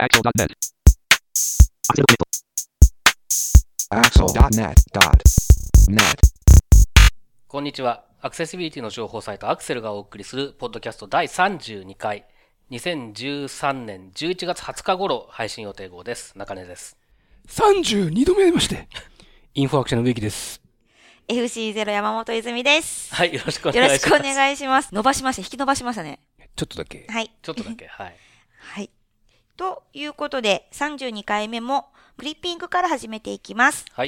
Axel.net. Axel.net.net こんにちは。アクセシビリティの情報サイトアクセルがお送りするポッドキャスト第32回2013年11月20日頃配信予定号です。中根です。 32度目まして、インフォアクションの植木です。 FC0 山本泉です。 はい、よろしくお願いします。 よろしくお願いします。引き伸ばしましたね。 ちょっとだけ。 はい。 ちょっとだけ、はい。 はい。ということで、32回目もクリッピングから始めていきます。 はい。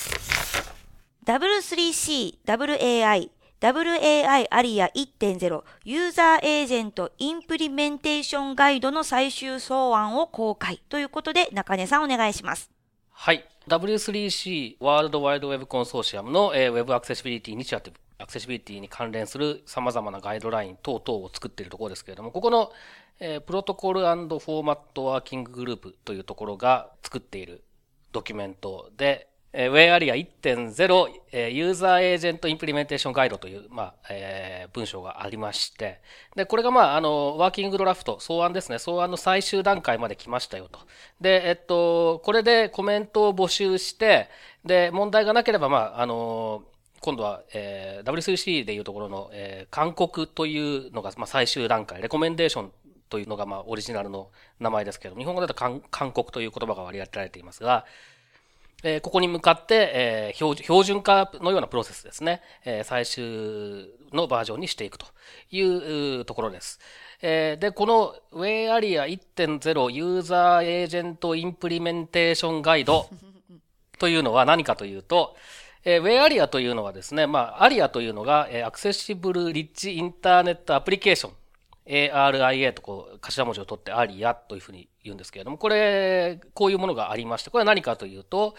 W3C、WAI、WAI アリア 1.0 ユーザーエージェントインプリメンテーションガイドの最終草案を公開ということで、中根さんお願いします。 はい。W3C ワールドワイドウェブコンソーシアムの、ウェブアクセシビリティイニシアティブ、アクセシビリティに関連する様々なガイドライン等々を作っているところですけれども、ここの、プロトコル&フォーマットワーキンググループというところが作っているドキュメントで、Where Area 1.0、ユーザーエージェントインプリメンテーションガイドという、文章がありまして、で、これがワーキングドラフト、草案ですね。草案の最終段階まで来ましたよと。で、これでコメントを募集して、で、問題がなければ、今度は、W3C でいうところの、勧告というのが、最終段階、レコメンデーションというのが、オリジナルの名前ですけど、日本語だと勧告という言葉が割り当てられていますが、ここに向かって、標準化のようなプロセスですね、最終のバージョンにしていくというところです。で、この Where Area 1.0 ユーザーエージェントインプリメンテーションガイドというのは何かというと、Where Area というのはですね、ARIA というのが、アクセシブルリッチインターネットアプリケーション。ARIA と頭文字を取って ARIA というふうに言うんですけれども、こういうものがありまして、これは何かというと、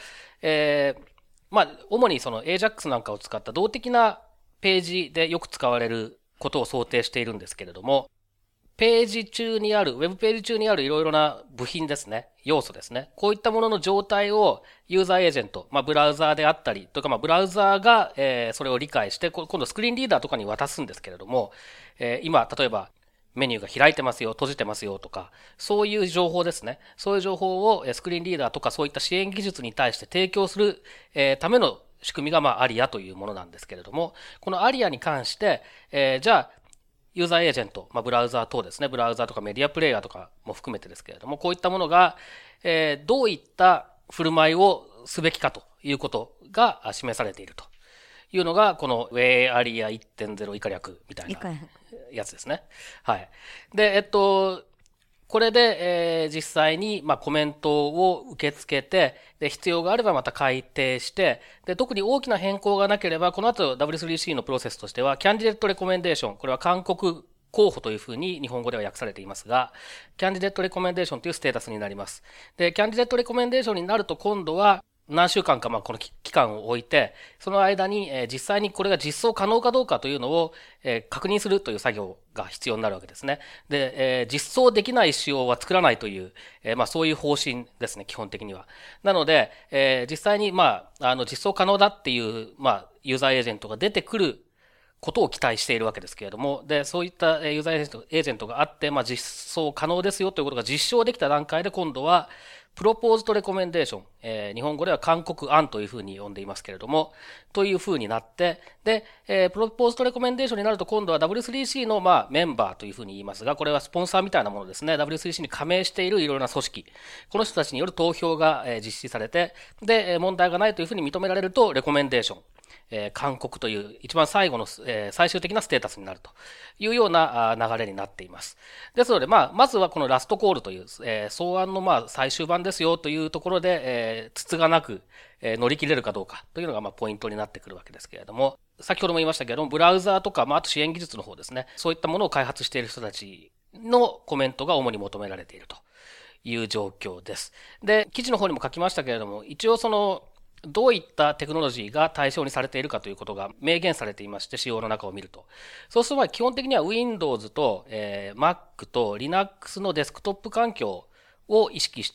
主にその AJAX なんかを使った動的なページでよく使われることを想定しているんですけれども、ウェブページ中にあるいろいろな部品ですね、要素ですね。こういったものの状態をユーザーエージェント、ブラウザーであったり、というかブラウザーが、それを理解して、今度スクリーンリーダーとかに渡すんですけれども、今、例えば、メニューが開いてますよ、閉じてますよとか、そういう情報ですね。そういう情報をスクリーンリーダーとかそういった支援技術に対して提供するための仕組みがARIAというものなんですけれども、このARIAに関して、じゃあ、ユーザーエージェント、ブラウザー等ですね、ブラウザーとかメディアプレイヤーとかも含めてですけれども、こういったものが、どういった振る舞いをすべきかということが示されているというのが、この Where Area 1.0以下略みたいなやつですね。はい。で、これで、実際に、コメントを受け付けて、で、必要があればまた改定して、で、特に大きな変更がなければ、この後 W3C のプロセスとしては、キャンディデットレコメンデーション、これは勧告候補というふうに日本語では訳されていますが、キャンディデットレコメンデーションというステータスになります。で、キャンディデットレコメンデーションになると今度は、何週間かこの期間を置いて、その間に実際にこれが実装可能かどうかというのを確認するという作業が必要になるわけですね。で、実装できない仕様は作らないという、そういう方針ですね、基本的には。なので、実際に実装可能だっていう、ユーザーエージェントが出てくることを期待しているわけですけれども、で、そういったユーザーエージェントがあって、実装可能ですよということが実証できた段階で今度は、プロポーズドレコメンデーション、日本語では勧告案というふうに呼んでいますけれども、というふうになって、で、プロポーズドレコメンデーションになると今度は W3C のメンバーというふうに言いますが、これはスポンサーみたいなものですね。W3C に加盟しているいろいろな組織。この人たちによる投票が実施されて、で、問題がないというふうに認められると、レコメンデーション。勧告という一番最後の、最終的なステータスになるというような流れになっています。ですので、まずはこのラストコールという、草案の最終版ですよというところで、つつがなく、乗り切れるかどうかというのがポイントになってくるわけですけれども、先ほども言いましたけれども、ブラウザーとか、あと支援技術の方ですね、そういったものを開発している人たちのコメントが主に求められているという状況です。で、記事の方にも書きましたけれども、一応どういったテクノロジーが対象にされているかということが明言されていまして、仕様の中を見ると。そうすると基本的には Windows と、Mac と Linux のデスクトップ環境を意識して、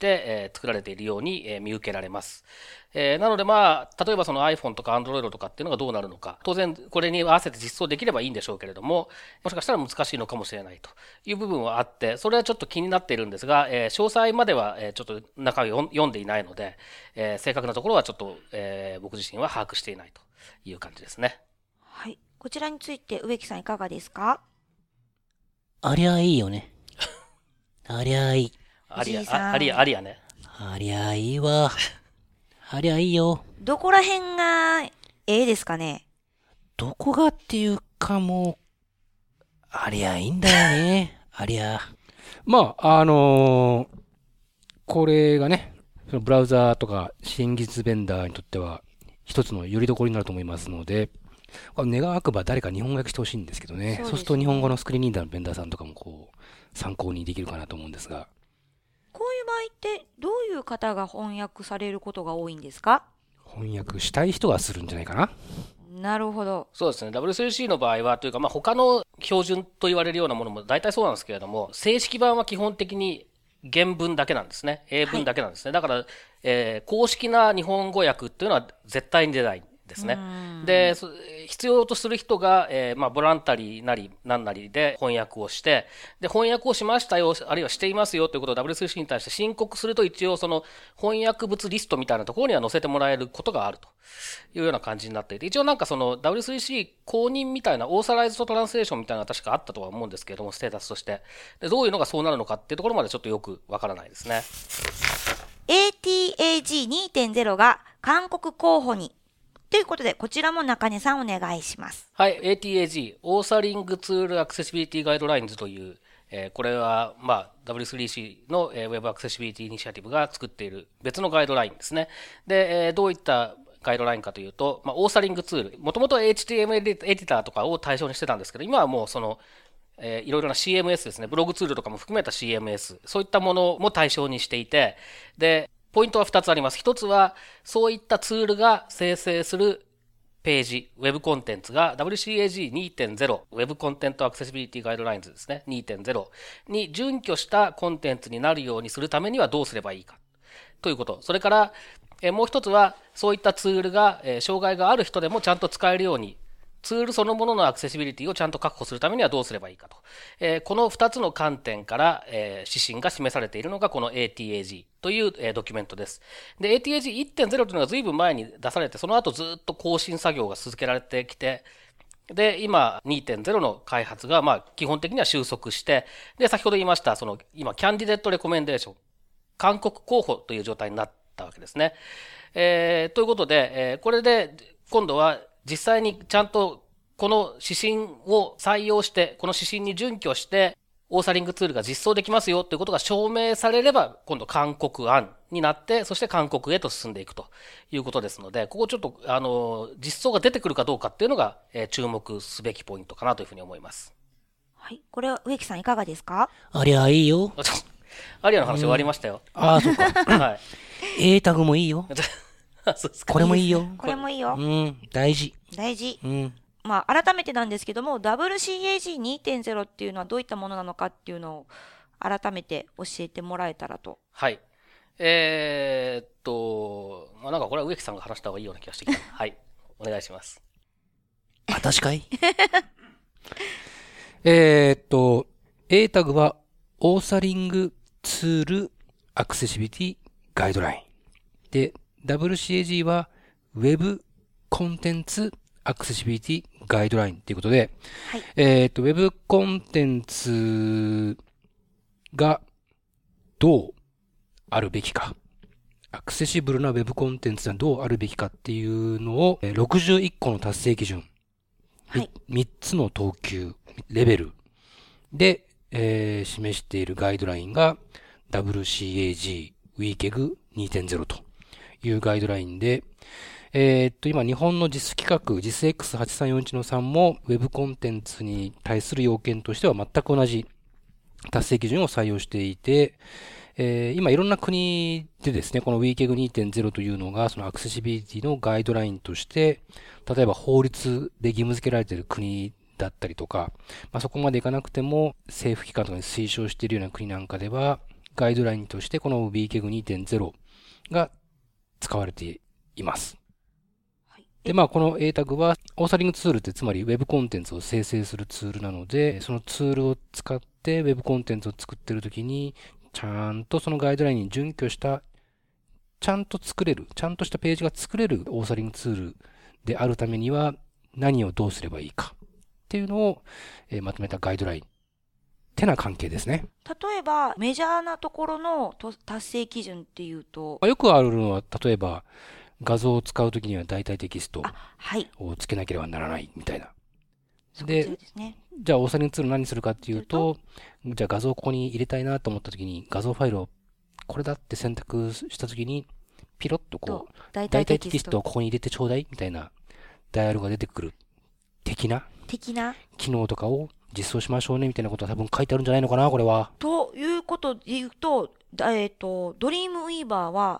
作られているように、見受けられます。なのでまあ、例えばその iPhone とか Android とかっていうのがどうなるのか、当然これに合わせて実装できればいいんでしょうけれども、もしかしたら難しいのかもしれないという部分はあって、それはちょっと気になっているんですが、詳細まではちょっと中身を読んでいないので、正確なところはちょっと、僕自身は把握していないという感じですね。 はい。こちらについて植木さんいかがですか？ ありゃいいよね。ありゃいい。 あり藤井さんありありやね。 ありゃいいわ。ありゃいいよ。 どこら辺がですかね？ どこがっていうかもう、ありゃいいんだよね。ありゃ。まあ、これがね、そのブラウザーとか新技術ベンダーにとっては一つの拠り所になると思いますので、願わくば誰か日本語訳してほしいんですけどね。そうすると日本語のスクリーンリーダーのベンダーさんとかもこう、参考にできるかなと思うんですが。 こういう場合ってどういう方が翻訳されることが多いんですか？ 翻訳したい人がするんじゃないかな。 なるほど。 そうですね。W3C の場合は、というか、まあ、他の標準と言われるようなものも大体そうなんですけれども、正式版は基本的に原文だけなんですね。英文だけなんですね。だから、公式な日本語訳っていうのは絶対に出ないんですね。で、必要とする人が、まあ、ボランタリーなり何なりで翻訳をして、で、翻訳をしましたよ、あるいはしていますよということを W3C に対して申告すると、一応その翻訳物リストみたいなところには載せてもらえることがあるというような感じになっていて、一応なんかその W3C 公認みたいなオーサライズドトランスレーションみたいなのが確かあったとは思うんですけれども、ステータスとして。で、どういうのがそうなるのかっていうところまでちょっとよくわからないですね。 ATAG2.0 が韓国候補に。ということで、こちらも中根さんお願いします。 はい、ATAG、オーサリングツールアクセシビリティガイドラインズという、これは、まあ、W3C の、Web アクセシビリティイニシアティブが作っている別のガイドラインですね。で、どういったガイドラインかというと、まあ、オーサリングツール、もともと HTML エディターとかを対象にしてたんですけど、今はもうその、いろいろな CMS ですね、ブログツールとかも含めた CMS、そういったものも対象にしていて、で、ポイントは2つあります。1つは、そういったツールが生成するページ、ウェブコンテンツが WCAG2.0、ウェブコンテントアクセシビリティガイドラインズですね、2.0 に準拠したコンテンツになるようにするためにはどうすればいいか。ということ。それから、もう一つは、そういったツールが、障害がある人でもちゃんと使えるように、ツールそのもののアクセシビリティをちゃんと確保するためにはどうすればいいかと。この2つの観点から、指針が示されているのがこの ATAG という、ドキュメントです。で、ATAG1.0 というのが随分前に出されて、その後ずっと更新作業が続けられてきて、で、今 2.0 の開発が、まあ、基本的には収束して、で、先ほど言いました、その、今、キャンディデットレコメンデーション、韓国候補という状態になったわけですね。ということで、これで、今度は、実際にちゃんとこの指針を採用して、この指針に準拠して、オーサリングツールが実装できますよということが証明されれば、今度韓国案になって、そして韓国へと進んでいくということですので、ここちょっと、実装が出てくるかどうかっていうのが、注目すべきポイントかなというふうに思います。 はい。これは植木さんいかがですか？ ありゃいいよ。 アリアの話終わりましたよ。 ああ、そうか。 はい。 A タグもいいよ。 そうですか。 これもいいよ。 これもいいよ。 うん、大事。 大事。 うん。 まあ、改めてなんですけども、WCAG2.0 っていうのはどういったものなのかっていうのを改めて教えてもらえたらと。 はい。まあ、なんかこれは植木さんが話した方がいいような気がしてきた。はい。お願いします。 私かいA タグは、オーサリングツールアクセシビティガイドライン。で、WCAG は Web コンテンツアクセシビリティガイドラインということで、 はい。 Web コンテンツがどうあるべきか。アクセシブルな Web コンテンツはどうあるべきかっていうのを、61個の達成基準。 はい。 3つの等級、レベルで、示しているガイドラインが WCAG WCAG 2.0 というガイドラインで、今日本のJIS規格、JIS X8341 の3も Web コンテンツに対する要件としては全く同じ達成基準を採用していて、今いろんな国でですね、この WCAG 2.0 というのがそのアクセシビリティのガイドラインとして、例えば法律で義務付けられている国だったりとか、まあ、そこまでいかなくても政府機関とかに推奨しているような国なんかでは、 ガイドラインとしてこの WCAG 2.0 が使われています。で、この A タグは、オーサリングツールってつまり Web コンテンツを生成するツールなので、そのツールを使って Web コンテンツを作ってるときに、ちゃんとそのガイドラインに準拠した、ちゃんとしたページが作れるオーサリングツールであるためには、何をどうすればいいかっていうのを、まとめたガイドラインってな関係ですね。 例えば、メジャーなところの達成基準っていうと、 よくあるのは、例えば、画像を使うときには代替テキストをつけなければならないみたいな。で、じゃあオーサリングツール何するかっていうと、じゃあ画像をここに入れたいなと思ったときに、画像ファイルをこれだって選択したときに、ピロッとこう、代替テキストをここに入れてちょうだいみたいなダイヤルが出てくる的な機能とかを実装しましょうねみたいなことは多分書いてあるんじゃないのかな、これは。 ということで言うと、ドリームウィーバーは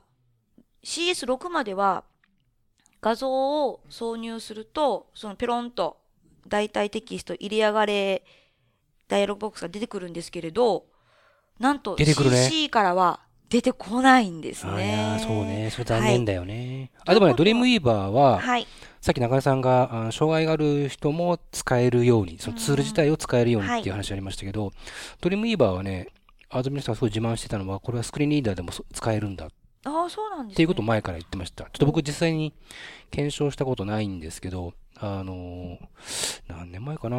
CS6 までは画像を挿入すると、そのペロンと代替テキスト入れやがれダイアログボックスが出てくるんですけれど、なんと CC からは出てこないんですね。 そうね。それ残念だよね。でもね、ドリームウィーバーは、さっき中根さんが、障害がある人も使えるように、そのツール自体を使えるようにっていう話ありましたけど、ドリームウィーバーはね、アドミニストがすごい自慢してたのは、これはスクリーンリーダーでも使えるんだ。 そうなんですね。 っていうことを前から言ってました。ちょっと僕実際に検証したことないんですけど、何年前かな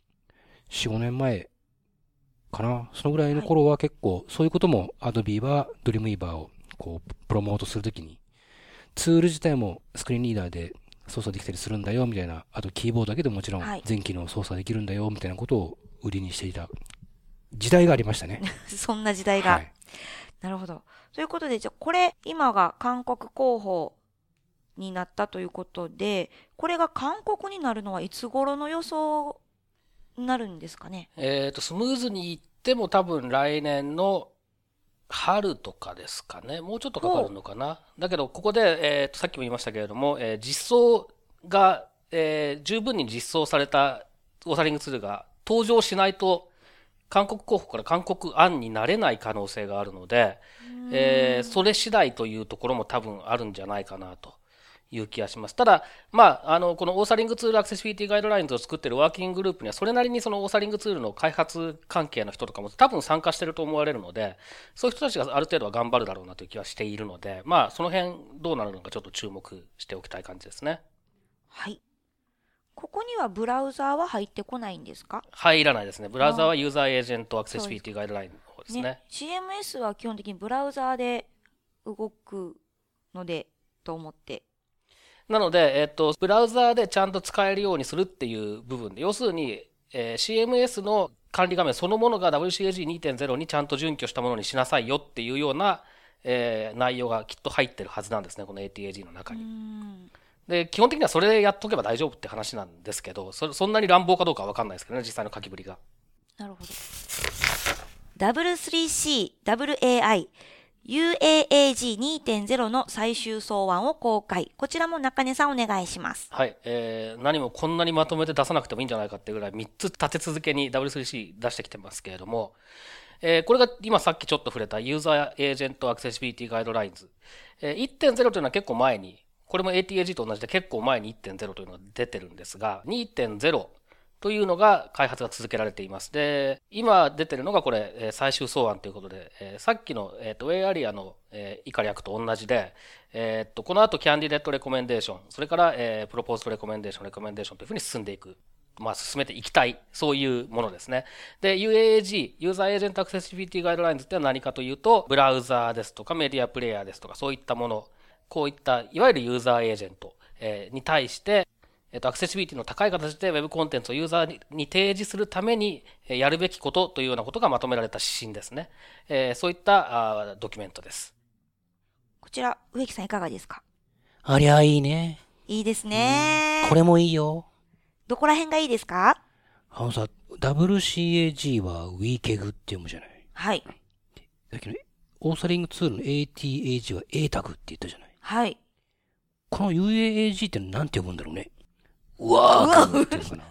?4、5年前かな、そのぐらいの頃は結構、そういうことも Adobe はドリームウィーバーをこう、プロモートするときに、ツール自体もスクリーンリーダーで操作できたりするんだよ、みたいな、あとキーボードだけでもちろん全機能操作できるんだよ、みたいなことを売りにしていた時代がありましたね。 そんな時代が。なるほど。ということで、じゃあこれ、今が韓国候補になったということで、これが韓国になるのはいつ頃の予想になるんですかね。 スムーズにいっても多分来年の春とかですかね。もうちょっとかかるのかな。だけど、ここで、さっきも言いましたけれども、実装が、十分に実装されたオーサリングツールが登場しないと、韓国候補から韓国案になれない可能性があるので、それ次第というところも多分あるんじゃないかなという気がします。ただ、このオーサリングツールアクセシビリティガイドラインズを作っているワーキンググループにはそれなりにそのオーサリングツールの開発関係の人とかも多分参加していると思われるので、そういう人たちがある程度は頑張るだろうなという気はしているので、その辺どうなるのかちょっと注目しておきたい感じですね。 はい。ここにはブラウザーは入ってこないんですか？ 入らないですね。ブラウザーはユーザーエージェントアクセシビリティガイドラインの方ですね。 CMS は基本的にブラウザーで動くので、と思って。 なので、ブラウザーでちゃんと使えるようにするっていう部分で、要するに、CMS の管理画面そのものが WCAG2.0 にちゃんと準拠したものにしなさいよっていうような、内容がきっと入ってるはずなんですね、この ATAG の中に。で、基本的にはそれやっとけば大丈夫って話なんですけど、そんなに乱暴かどうかは分かんないですけどね、実際の書きぶりが。 なるほど。W3C、WAI、UAAG 2.0 の最終草案を公開。こちらも中根さんお願いします。 はい。何もこんなにまとめて出さなくてもいいんじゃないかっていうぐらい3つ立て続けに W3C 出してきてますけれども、これが今さっきちょっと触れたユーザーエージェントアクセシビリティガイドラインズ。1.0 というのは結構前に、これも ATAG と同じで結構前に 1.0 というのが出てるんですが、2.0 というのが開発が続けられています。で、今出てるのがこれ、最終草案ということで、さっきの、ウェイアリアの、以下略と同じで、この後キャンディデットレコメンデーション、それから、プロポーズドレコメンデーションというふうに進んでいく。進めていきたい、そういうものですね。で、UAAG、ユーザーエージェントアクセシビリティガイドラインズってのは何かというと、ブラウザーですとかメディアプレイヤーですとか、そういったもの、こういったいわゆるユーザーエージェントに対して、アクセシビリティの高い形で Web コンテンツをユーザーに提示するためにやるべきことというようなことがまとめられた指針ですね。そういったドキュメントです。 こちら、植木さんいかがですか？ ありゃいいね。 いいですね。 これもいいよ。 どこら辺がいいですか？ さ、WCAG は WCAG って読むじゃない。 はい。 だけど、オーサリングツールの ATAG は A タグって言ったじゃない。 はい。 この UAAG って何て読むんだろうね。ワーグっていうのか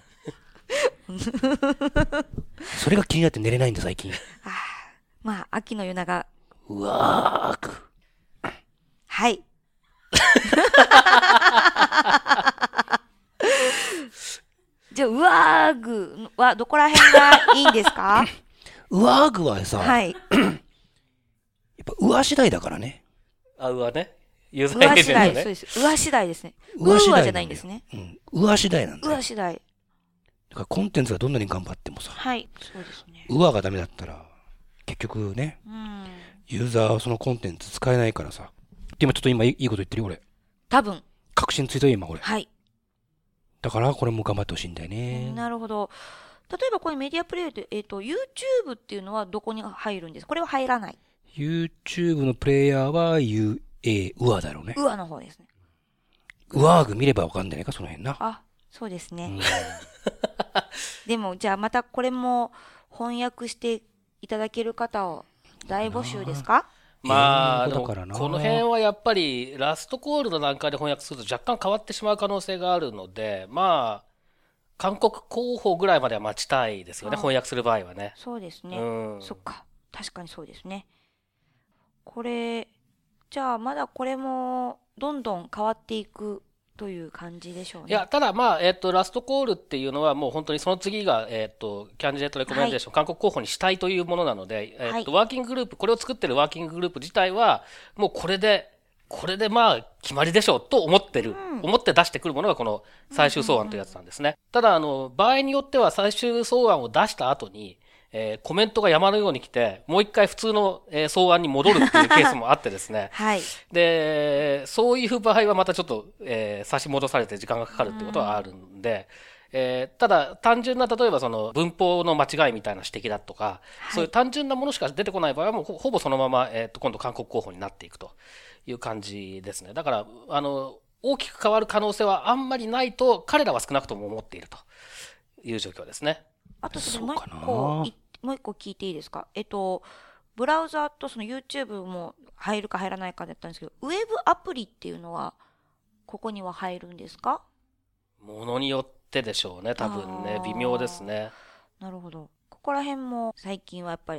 な。それが気になって寝れないんだ最近。 秋の夜長うわーく。 はい。じゃあ、ウワーグはどこら辺がいいんですか？ うわーくはさ、 はい。 やっぱ上次第だからね。 あ、上ね。ユーザ上次ーエージェント第、そうね。 です。上次第ですね。 上次第じゃないんですね。 うん。上次第なんだよ。 上次第。 だからコンテンツがどんなに頑張ってもさ、 はい。そうですね。 上がダメだったら、結局ね、 うん。 ユーザーはそのコンテンツ使えないからさ。でもちょっと今いいこと言ってるよ、俺。 多分。 確信ついたよ、今、俺。 はい。 だから、これも頑張ってほしいんだよね。 なるほど。例えばこれメディアプレイで、YouTube っていうのはどこに入るんですか？これは入らない。 YouTube のプレイヤーは UA だろうね。 上の方ですね。 上具見ればわかんないか、その辺な。 あ、そうですね。 うん、 でも、じゃあまたこれも翻訳していただける方を大募集ですか？ まあ、でも英語だからなこの辺はやっぱりラストコールの段階で翻訳すると若干変わってしまう可能性があるので、まあ、韓国候補ぐらいまでは待ちたいですよね、 ああ翻訳する場合はね。 そうですね。 うん。 そっか。確かにそうですね。これ、じゃあまだこれもどんどん変わっていくという感じでしょうね。 いや、ただまあ、ラストコールっていうのはもう本当にその次が、キャンディデートレコメンデーション、韓国候補にしたいというものなので、 はいワーキンググループ、これを作ってるワーキンググループ自体は、もうこれでまあ決まりでしょうと思ってる、思って出してくるものがこの最終草案というやつなんですね。ただ、場合によっては最終草案を出した後に、コメントが山のように来て、もう一回普通の、草案に戻るっていうケースもあってですね。 はい。 で、そういう場合はまたちょっそう差し戻されて時間がかかるってことはあるんで、ただ単純な例えばその文法の間違いみたいな指摘だとか、そういう単純なものしか出てこない場合はもうほぼそのまま、今度韓国候補になっていくという感じですね。だから大きく変わる可能性はあんまりないと彼らは少なくとも思っているという状況ですね。 あとそうかなもう一個聞いていいですか？ブラウザとその YouTube も入るか入らないかだったんですけど、ウェブアプリっていうのはここには入るんですか？ ものによってでしょうね、多分ね。微妙ですね。 なるほど。ここら辺も最近はやっぱり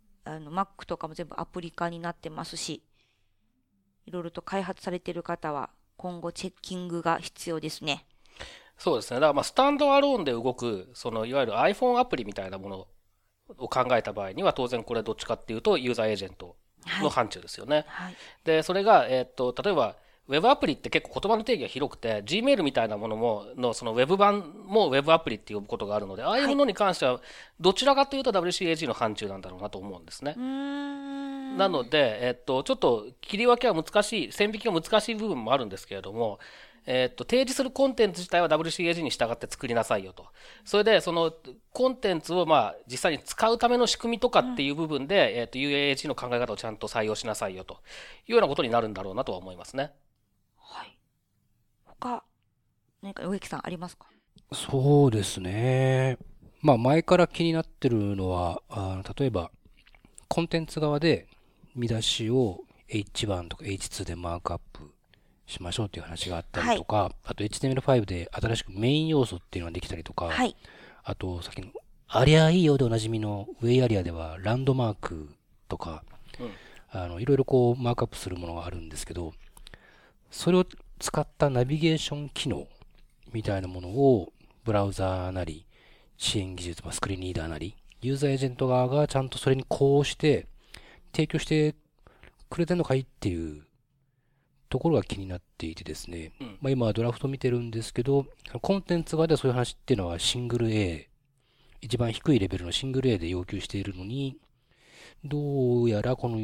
Mac とかも全部アプリ化になってますし、いろいろと開発されている方は今後チェッキングが必要ですね。 そうですね。だからまあスタンドアローンで動く、そのいわゆる iPhone アプリみたいなものを考えた場合には、当然これどっちかっていうとユーザーエージェントの範疇ですよね。 はい。 で、それが、例えば、ウェブアプリって結構言葉の定義が広くて、Gmail みたいなものも、そのウェブ版もウェブアプリって呼ぶことがあるので、ああいうものに関しては、どちらかというと WCAG の範疇なんだろうなと思うんですね。なので、ちょっと切り分けは難しい、線引きが難しい部分もあるんですけれども、提示するコンテンツ自体は WCAG に従って作りなさいよと。それで、そのコンテンツをまあ実際に使うための仕組みとかっていう部分で、UAG の考え方をちゃんと採用しなさいよというようなことになるんだろうなとは思いますね。 はい。他、何か植木さんありますか？ そうですね。まあ前から気になってるのは、例えば、コンテンツ側で見出しを H1 とか H2 でマークアップしましょうっていう話があったりとか、あと HTML5 で新しくメイン要素っていうのができたりとか、 はい。 あとさっきのありゃいいよでおなじみのウェイアリアではランドマークとか、いろいろこうマークアップするものがあるんですけど、それを使ったナビゲーション機能みたいなものをブラウザーなり支援技術、スクリーンリーダーなりユーザーエージェント側がちゃんとそれにこうして提供してくれてんのかいっていうところが気になっていてですね、今はドラフト見てるんですけど、コンテンツ側ではそういう話っていうのはシングル A、一番低いレベルのシングル A で要求しているのに、どうやらこの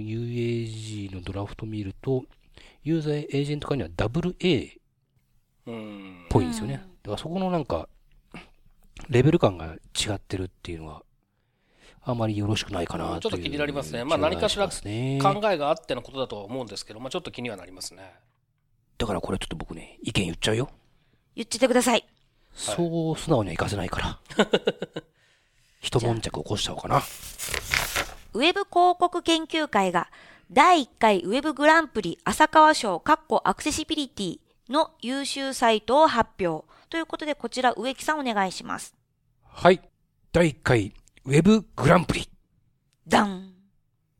UAG のドラフト見ると、ユーザーエージェント側にはダブル A っぽいんですよね。だからそこのなんか、レベル感が違ってるっていうのは、あまりよろしくないかなという。 ちょっと気になりますね。まあ何かしら考えがあってのことだとは思うんですけど、まあちょっと気にはなりますね。 だからこれちょっと僕ね、意見言っちゃうよ。 言っててください。 そう素直にはいかせないから。一悶着起こしちゃおうかな。 ウェブ広告研究会が第1回ウェブグランプリ浅川賞アクセシビリティの優秀サイトを発表。ということで、こちら植木さんお願いします。 はい。第1回ウェブグランプリ。 ダン。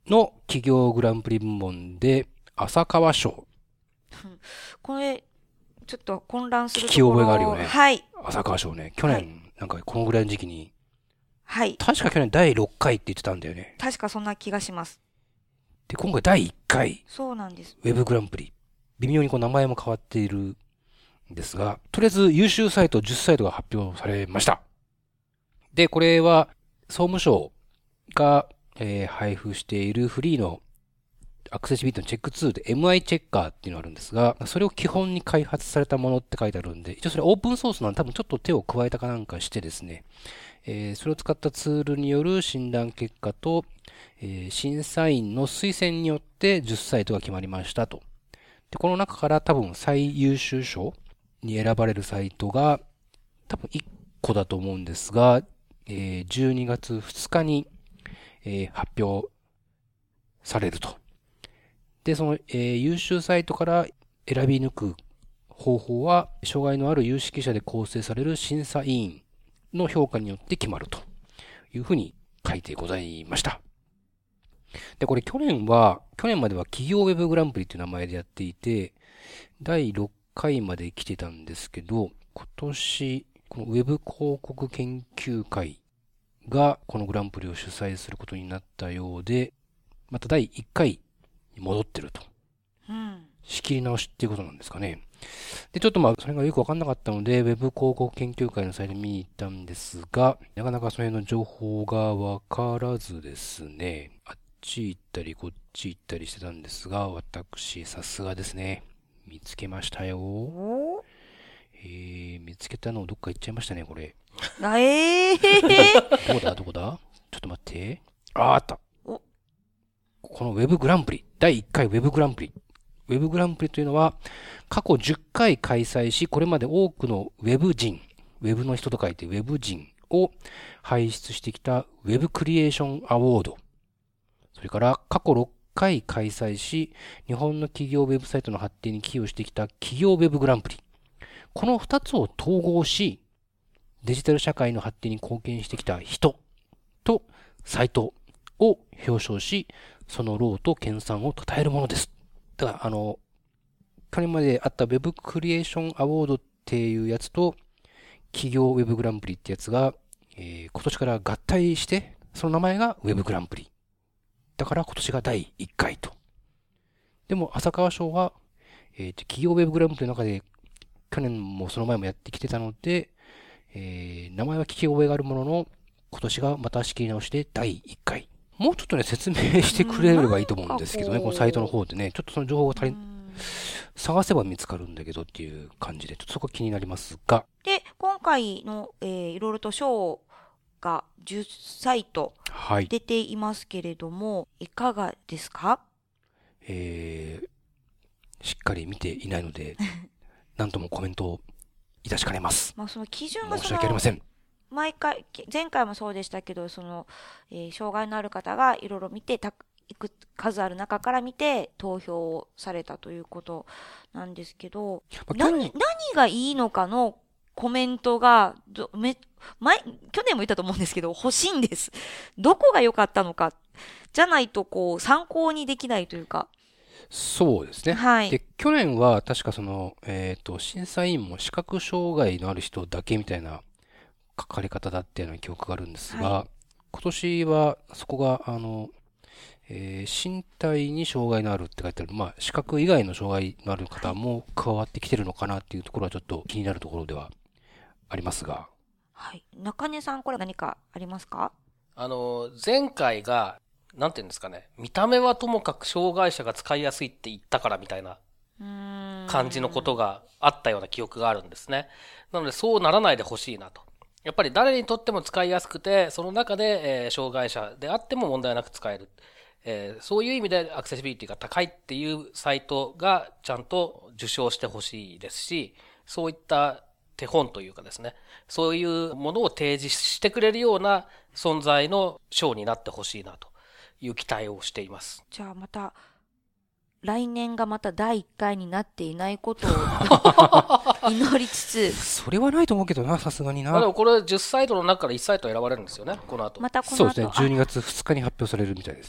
の企業グランプリ部門で、浅川賞。 これ、ちょっと混乱する聞きところ。 覚えがあるよね。 はい。 浅川賞ね。去年、なんかこのぐらいの時期に、 はい。 確か去年第6回って言ってたんだよね。 確かそんな気がします。 で、今回第1回。 そうなんです。 ウェブグランプリ。微妙にこう名前も変わっているんですが、とりあえず優秀サイト10サイトが発表されました。で、これは総務省が、配布しているフリーのアクセシビリティのチェックツールで MI チェッカーっていうのがあるんですが、それを基本に開発されたものって書いてあるんで、一応それオープンソースなんで多分ちょっと手を加えたかなんかしてですね、それを使ったツールによる診断結果と、審査員の推薦によって10サイトが決まりましたと。で、この中から多分最優秀賞に選ばれるサイトが多分1個だと思うんですが、12月2日に、発表されると。で、その、優秀サイトから選び抜く方法は、障害のある有識者で構成される審査委員の評価によって決まるというふうに書いてございました。で、これ去年までは企業ウェブグランプリという名前でやっていて、第6回まで来てたんですけど、今年、このウェブ広告研究会がこのグランプリを主催することになったようで、また第1回に戻ってると。仕切り直しっていうことなんですかね。で、ちょっとそれがよくわかんなかったので、ウェブ広告研究会のサイトに見に行ったんですが、なかなかその辺の情報がわからずですね、あっち行ったりこっち行ったりしてたんですが、私、さすがですね。見つけましたよ。見つけたのをどっか行っちゃいましたね、これ。どこだちょっと待って。あった。このウェブグランプリ、第1回ウェブグランプリ。ウェブグランプリというのは、過去10回開催し、これまで多くのウェブ人、ウェブの人と書いてウェブ人を輩出してきたウェブクリエーションアワード。それから過去6回開催し、日本の企業ウェブサイトの発展に寄与してきた企業ウェブグランプリ。この2つを統合し、デジタル社会の発展に貢献してきた人とサイトを表彰し、その労と研鑽を称えるものです。だから、去年まであったウェブクリエーションアワードっていうやつと、企業ウェブグランプリってやつが、今年から合体して、その名前がウェブグランプリ。だから今年が第1回と。でも、浅川賞は、企業ウェブグランプリの中で、去年もその前もやってきてたので、名前は聞き覚えがあるものの、今年がまた仕切り直しで第1回。もうちょっとね、説明してくれればいいと思うんですけどね、このサイトの方でね、ちょっとその情報が探せば見つかるんだけどっていう感じで、ちょっとそこ気になりますが。 で、今回の、いろいろと賞が10サイト出ていますけれども、いかがですか？ しっかり見ていないので、なんともコメントをいたしかねます。 その基準が申し訳ありません。 前回もそうでしたけど、障害のある方がいろいろ見て、数ある中から見て投票をされたということなんですけど、何がいいのかのコメントが去年も言ったと思うんですけど、欲しいんです。どこが良かったのか。じゃないと参考にできないというか。 そうですね。 はい。 で、去年は確か審査員も視覚障害のある人だけみたいな書かれ方だったような記憶があるんですが、今年はそこが、身体に障害のあるって書いてある、視覚以外の障害のある方も加わってきてるのかなっていうところはちょっと気になるところではありますが。 はい。中根さん、これ何かありますか？ 前回が、なんていうんですかね、見た目はともかく障害者が使いやすいって言ったからみたいな感じのことがあったような記憶があるんですね。なのでそうならないでほしいなと。やっぱり誰にとっても使いやすくて、その中で、障害者であっても問題なく使える。そういう意味でアクセシビリティが高いっていうサイトがちゃんと受賞してほしいですし、そういった手本というかですね、そういうものを提示してくれるような存在の賞になってほしいなという期待をしています。 じゃあまた、来年がまた第1回になっていないことを祈りつつ。 それはないと思うけどな、さすがにな。 でもこれ10サイトの中から1サイト選ばれるんですよね、この後。 またこの後。 そうですね、12月2日に発表されるみたいですね。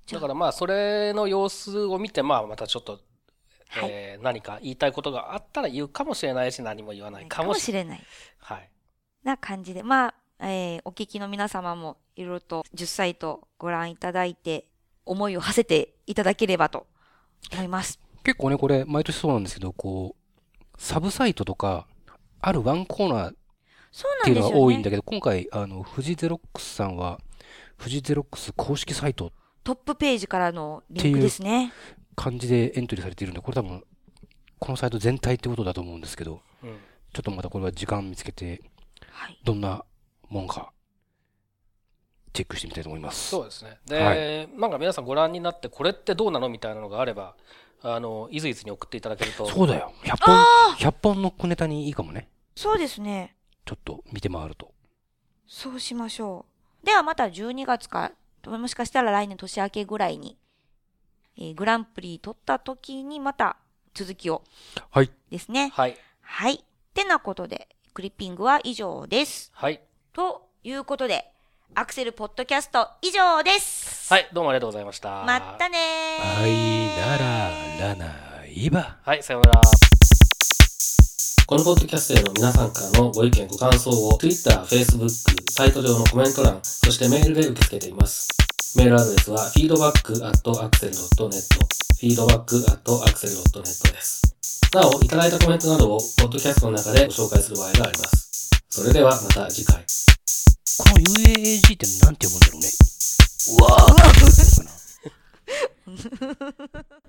だからまあ、それの様子を見て、まあ、またちょっと、 はい何か言いたいことがあったら言うかもしれないし、何も言わないかもしれない。 れない。 はい。 な感じで、まあ、お聞きの皆様もいろいろと10サイトご覧いただいて、思いを馳せていただければと思います。 結構ね、これ、毎年そうなんですけど、こう、サブサイトとか、あるワンコーナーっそうなていうのんですよね。 ど。 が多いんだけど、今回、フジゼロックスさんは、フジゼロックス公式サイトトップページからのリンクですね。 感じでエントリーされているんで、これ多分、このサイト全体ってことだと思うんですけど、 うん。 ちょっとまたこれは時間見つけて、 はい。 どんなもんか、チェックしてみたいと思います。 そうですね。で、なんか皆さんご覧になって、これってどうなのみたいなのがあれば、いずいずに送っていただけると。 そうだよ。100本ノックネタにいいかもね。 そうですね。 ちょっと見て回ると。 そうしましょう。ではまた12月か、もしかしたら来年年明けぐらいに、グランプリ取った時にまた続きをはい。 ですね。 はい。 はい。ってなことで、クリッピングは以上です。 はい。 ということで、アクセルポッドキャスト以上です。 はい。どうもありがとうございました。 またねー。 はいなららないば。 はい。さようなら。このポッドキャストへの皆さんからのご意見ご感想を Twitter、Facebook、サイト上のコメント欄、そしてメールで受け付けています。メールアドレスは feedback@axel.net feedback@axel.net です。なお、いただいたコメントなどをポッドキャストの中でご紹介する場合があります。それではまた次回。 この UAAG ってなんて読むんだろうね。うわー